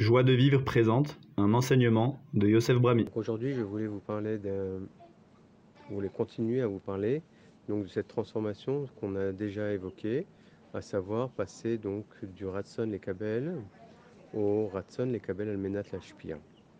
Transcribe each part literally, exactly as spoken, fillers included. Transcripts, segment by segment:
Joie de vivre présente un enseignement de Yosef Brami. Aujourd'hui, je voulais vous parler d'un, je voulais continuer à vous parler donc de cette transformation qu'on a déjà évoquée, à savoir passer donc du Ratson les Kabel au Ratson les Kabel Almenat Lashpia.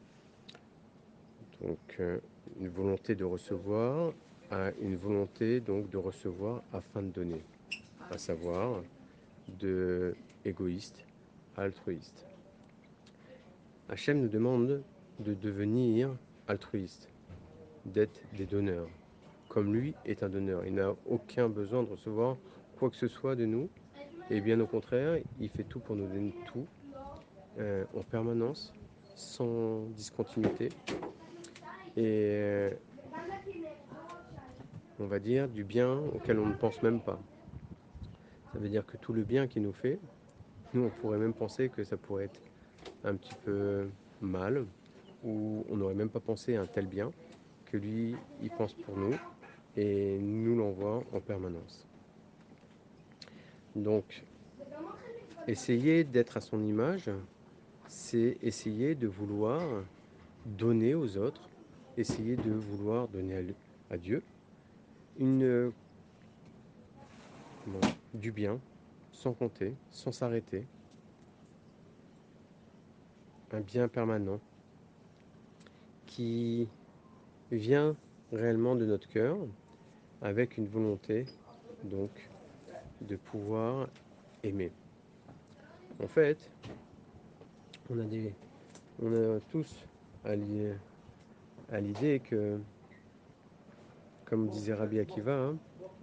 Donc euh, une volonté de recevoir à une volonté donc de recevoir afin de donner, à savoir de égoïste à altruiste. Hachem nous demande de devenir altruiste, d'être des donneurs, comme lui est un donneur. Il n'a aucun besoin de recevoir quoi que ce soit de nous, et bien au contraire, il fait tout pour nous donner tout, euh, en permanence, sans discontinuité, et euh, on va dire du bien auquel on ne pense même pas. Ça veut dire que tout le bien qu'il nous fait, nous on pourrait même penser que ça pourrait être un petit peu mal, ou on n'aurait même pas pensé à un tel bien, que lui il pense pour nous et nous l'envoie en permanence. Donc, essayer d'être à son image, c'est essayer de vouloir donner aux autres, essayer de vouloir donner à Dieu une, bon, du bien, sans compter, sans s'arrêter, un bien permanent qui vient réellement de notre cœur, avec une volonté donc de pouvoir aimer. En fait, on a, des, on a tous à l'idée que, comme disait Rabbi Akiva, hein,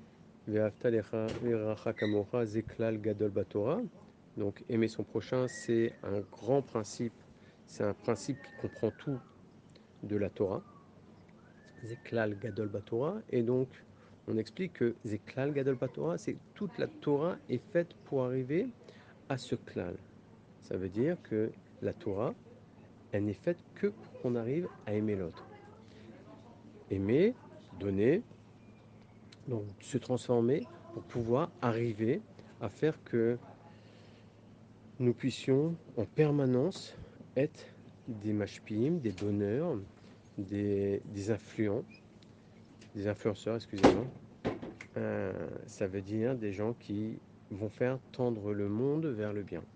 donc aimer son prochain, c'est un grand principe, c'est un principe qui comprend tout de la Torah. Zeklal Gadol Batora, et donc on explique que Zeklal Gadol Batora, c'est toute la Torah est faite pour arriver à ce klal. Ça veut dire que la Torah, elle n'est faite que pour qu'on arrive à aimer l'autre. Aimer, donner, donc se transformer pour pouvoir arriver à faire que nous puissions en permanence être des mashpim, des donneurs, des, des influents, des influenceurs, excusez-moi. Euh, ça veut dire des gens qui vont faire tendre le monde vers le bien.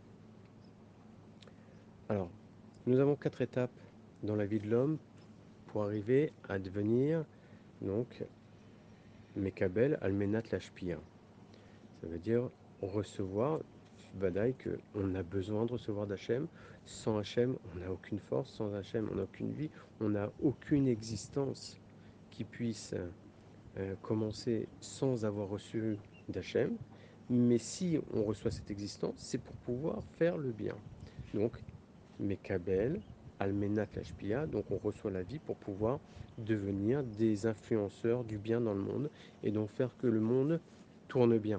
Alors, nous avons quatre étapes dans la vie de l'homme pour arriver à devenir donc Mekabel Almenat Lashpia. Ça veut dire recevoir, Badaï, qu'on a besoin de recevoir d'Hachem. Sans Hachem, on n'a aucune force. Sans Hachem, on n'a aucune vie. On n'a aucune existence qui puisse euh, commencer sans avoir reçu d'Hachem. Mais si on reçoit cette existence, c'est pour pouvoir faire le bien. Donc, Mekabel, Almenat Lashpia, donc on reçoit la vie pour pouvoir devenir des influenceurs du bien dans le monde et donc faire que le monde tourne bien.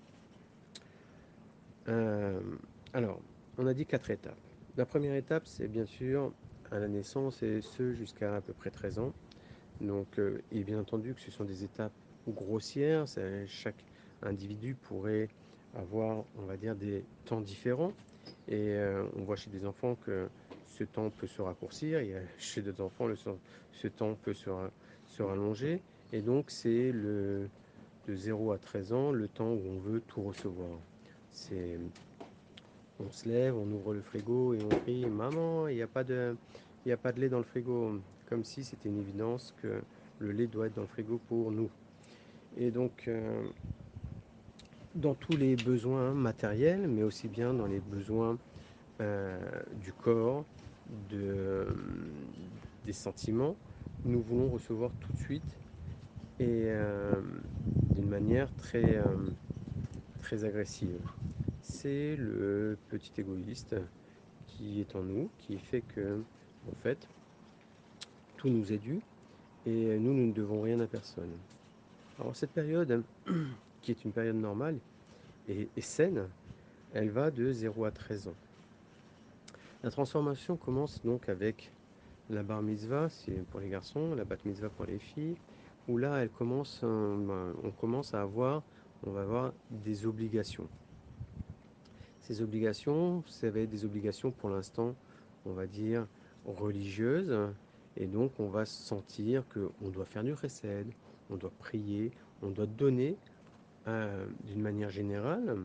Euh, alors, on a dit quatre étapes. La première étape, c'est bien sûr à la naissance et ce jusqu'à à peu près treize ans. Donc, euh, et bien entendu que ce sont des étapes grossières. Chaque individu pourrait avoir, on va dire, des temps différents. Et euh, on voit chez des enfants que ce temps peut se raccourcir. Et chez d'autres enfants, le, ce temps peut se, se rallonger. Et donc, c'est le de zéro à treize ans, le temps où on veut tout recevoir. C'est, on se lève, on ouvre le frigo et on crie « Maman, il n'y a pas de, il n'y a pas de lait dans le frigo », comme si c'était une évidence que le lait doit être dans le frigo pour nous. Et donc, euh, dans tous les besoins matériels, mais aussi bien dans les besoins euh, du corps, de, euh, des sentiments, nous voulons recevoir tout de suite et euh, d'une manière très, euh, très agressive. C'est le petit égoïste qui est en nous, qui fait que, en fait, tout nous est dû et nous, nous ne devons rien à personne. Alors cette période, qui est une période normale et, et saine, elle va de zéro à treize ans. La transformation commence donc avec la bar mitzvah, c'est pour les garçons, la bat mitzvah pour les filles, où là, elle commence, on commence à avoir, on va avoir des obligations. Ces obligations, ça va être des obligations pour l'instant, on va dire, religieuses. Et donc, on va sentir qu'on doit faire du recède, on doit prier, on doit donner euh, d'une manière générale,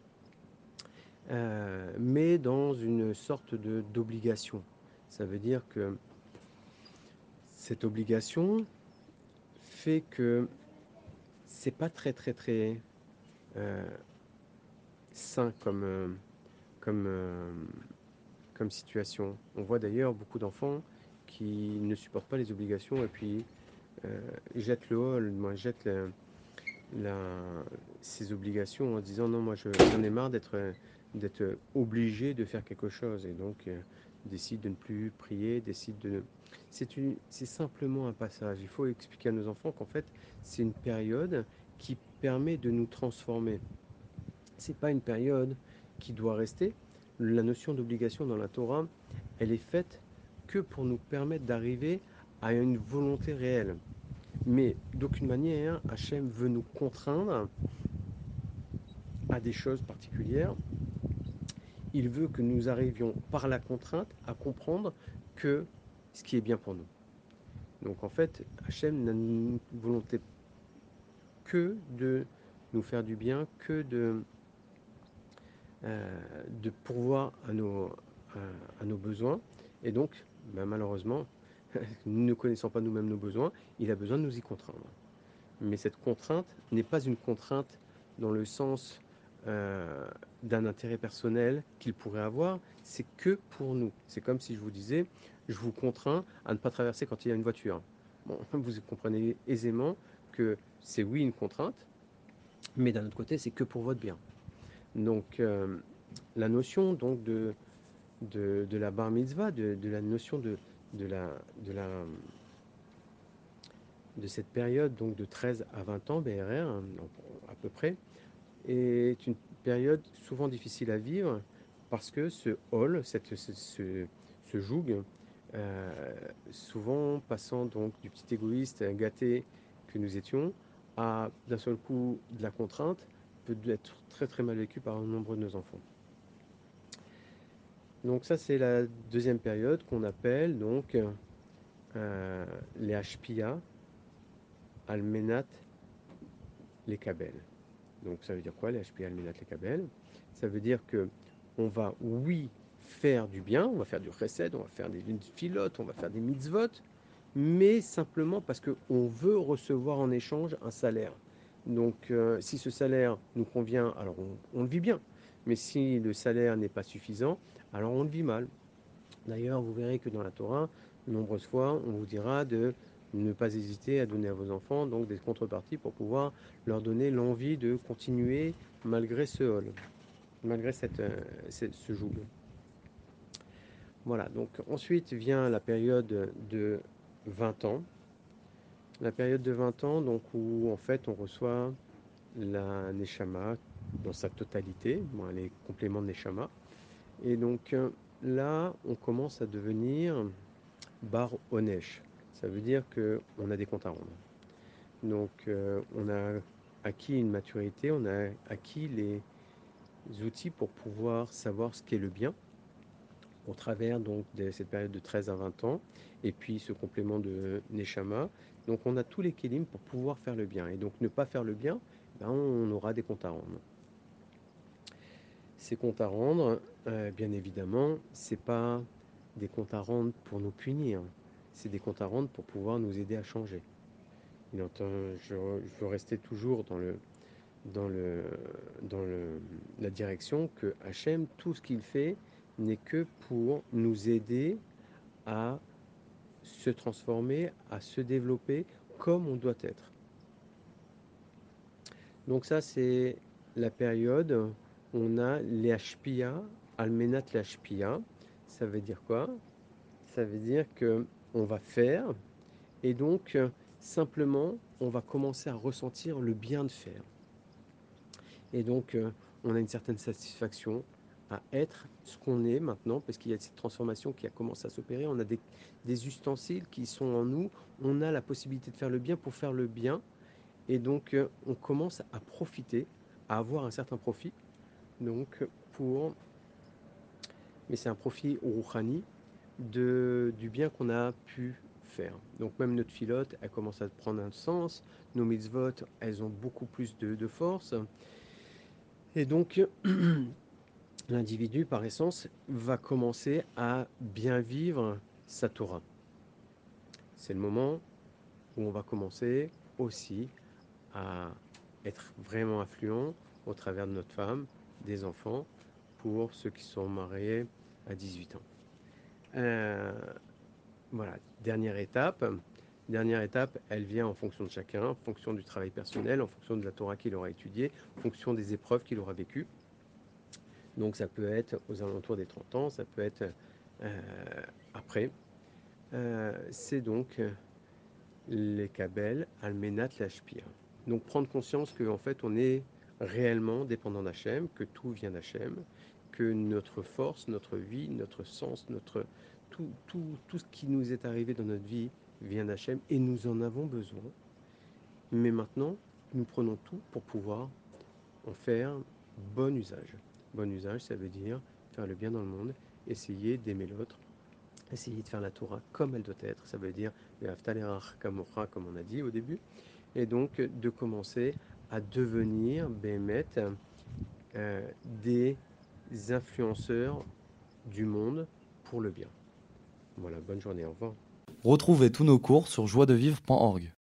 euh, mais dans une sorte de d'obligation. Ça veut dire que cette obligation fait que c'est pas très très très euh, sain comme, euh, comme, euh, comme situation. On voit d'ailleurs beaucoup d'enfants qui ne supportent pas les obligations et puis euh, jettent le hall, moi jettent la, la, ces obligations en disant non, moi je, j'en ai marre d'être d'être obligé de faire quelque chose et donc euh, décide de ne plus prier, décide de ne... C'est, une, c'est simplement un passage. Il faut expliquer à nos enfants qu'en fait c'est une période qui permet de nous transformer. C'est pas une période qui doit rester. La notion d'obligation dans la Torah, elle est faite que pour nous permettre d'arriver à une volonté réelle. Mais d'aucune manière, Hachem veut nous contraindre à des choses particulières. Il veut que nous arrivions par la contrainte à comprendre que ce qui est bien pour nous. Donc en fait, Hachem n'a une volonté que de nous faire du bien, que de, euh, de pourvoir à nos, à, à nos besoins. Et donc, ben malheureusement, nous ne connaissant pas nous-mêmes nos besoins, il a besoin de nous y contraindre. Mais cette contrainte n'est pas une contrainte dans le sens euh, d'un intérêt personnel qu'il pourrait avoir, c'est que pour nous. C'est comme si je vous disais, je vous contrains à ne pas traverser quand il y a une voiture. Bon, vous comprenez aisément que c'est oui une contrainte, mais d'un autre côté, c'est que pour votre bien. Donc, euh, la notion donc de, de, de la bar mitzvah, de, de la notion de, de, la, de, la, de cette période donc de treize à vingt ans, B R R, hein, à peu près, est une période souvent difficile à vivre parce que ce hall, cette, ce, ce, ce joug, euh, souvent passant donc du petit égoïste gâté que nous étions à d'un seul coup de la contrainte, peut être très très mal vécu par un nombre de nos enfants. Donc ça c'est la deuxième période qu'on appelle donc euh, les H P A, Almenat, les Kabel. Donc ça veut dire quoi les H P A, Almenat, les Kabel? Ça veut dire que on va oui faire du bien, on va faire du recède, on va faire des filotes, on va faire des mitzvot, mais simplement parce qu'on veut recevoir en échange un salaire. Donc euh, si ce salaire nous convient, alors on, on le vit bien. Mais si le salaire n'est pas suffisant, alors on le vit mal. D'ailleurs, vous verrez que dans la Torah, nombreuses fois, on vous dira de ne pas hésiter à donner à vos enfants donc des contreparties pour pouvoir leur donner l'envie de continuer malgré ce hall, malgré cette, euh, ce joug. Voilà, donc ensuite vient la période de vingt ans. La période de vingt ans, donc où en fait on reçoit la Neshama dans sa totalité, bon, les compléments de Neshama. Et donc là, on commence à devenir Bar Onesh. Ça veut dire qu'on a des comptes à rendre. Donc euh, on a acquis une maturité, on a acquis les outils pour pouvoir savoir ce qu'est le bien au travers donc de cette période de treize à vingt ans et puis ce complément de Neshama. Donc on a tous les kélim pour pouvoir faire le bien. Et donc ne pas faire le bien, ben, on aura des comptes à rendre. Ces comptes à rendre, euh, bien évidemment, c'est pas des comptes à rendre pour nous punir, c'est des comptes à rendre pour pouvoir nous aider à changer. Il entend, je, je veux rester toujours dans le dans le dans le, la direction que Hachem, tout ce qu'il fait n'est que pour nous aider à se transformer, à se développer comme on doit être. Donc ça, c'est la période où on a les Hashpia, Almenat les Hashpia. Ça veut dire quoi? Ça veut dire que on va faire et donc simplement on va commencer à ressentir le bien de faire. Et donc on a une certaine satisfaction à être ce qu'on est maintenant, parce qu'il y a cette transformation qui a commencé à s'opérer. On a des, des ustensiles qui sont en nous, on a la possibilité de faire le bien pour faire le bien, et donc euh, on commence à profiter, à avoir un certain profit donc pour, mais c'est un profit rouhani de, du bien qu'on a pu faire. Donc même notre filote, elle commence à prendre un sens, nos mitzvot, elles ont beaucoup plus de, de force, et donc l'individu, par essence, va commencer à bien vivre sa Torah. C'est le moment où on va commencer aussi à être vraiment influent au travers de notre femme, des enfants, pour ceux qui sont mariés à dix-huit ans. Euh, voilà, dernière étape. Dernière étape, elle vient en fonction de chacun, en fonction du travail personnel, en fonction de la Torah qu'il aura étudiée, en fonction des épreuves qu'il aura vécues. Donc ça peut être aux alentours des trente ans, ça peut être euh, après. Euh, c'est donc les kabel almenat lashpir. Donc prendre conscience qu'en fait on est réellement dépendant d'Hachem, que tout vient d'Hachem, que notre force, notre vie, notre sens, notre tout, tout, tout ce qui nous est arrivé dans notre vie vient d'Hachem et nous en avons besoin. Mais maintenant, nous prenons tout pour pouvoir en faire bon usage. Bon usage, ça veut dire faire le bien dans le monde, essayer d'aimer l'autre, essayer de faire la Torah comme elle doit être. Ça veut dire comme on a dit au début. Et donc de commencer à devenir Béhémet, euh, des influenceurs du monde pour le bien. Voilà, bonne journée, au revoir. Retrouvez tous nos cours sur joie de vivre point org.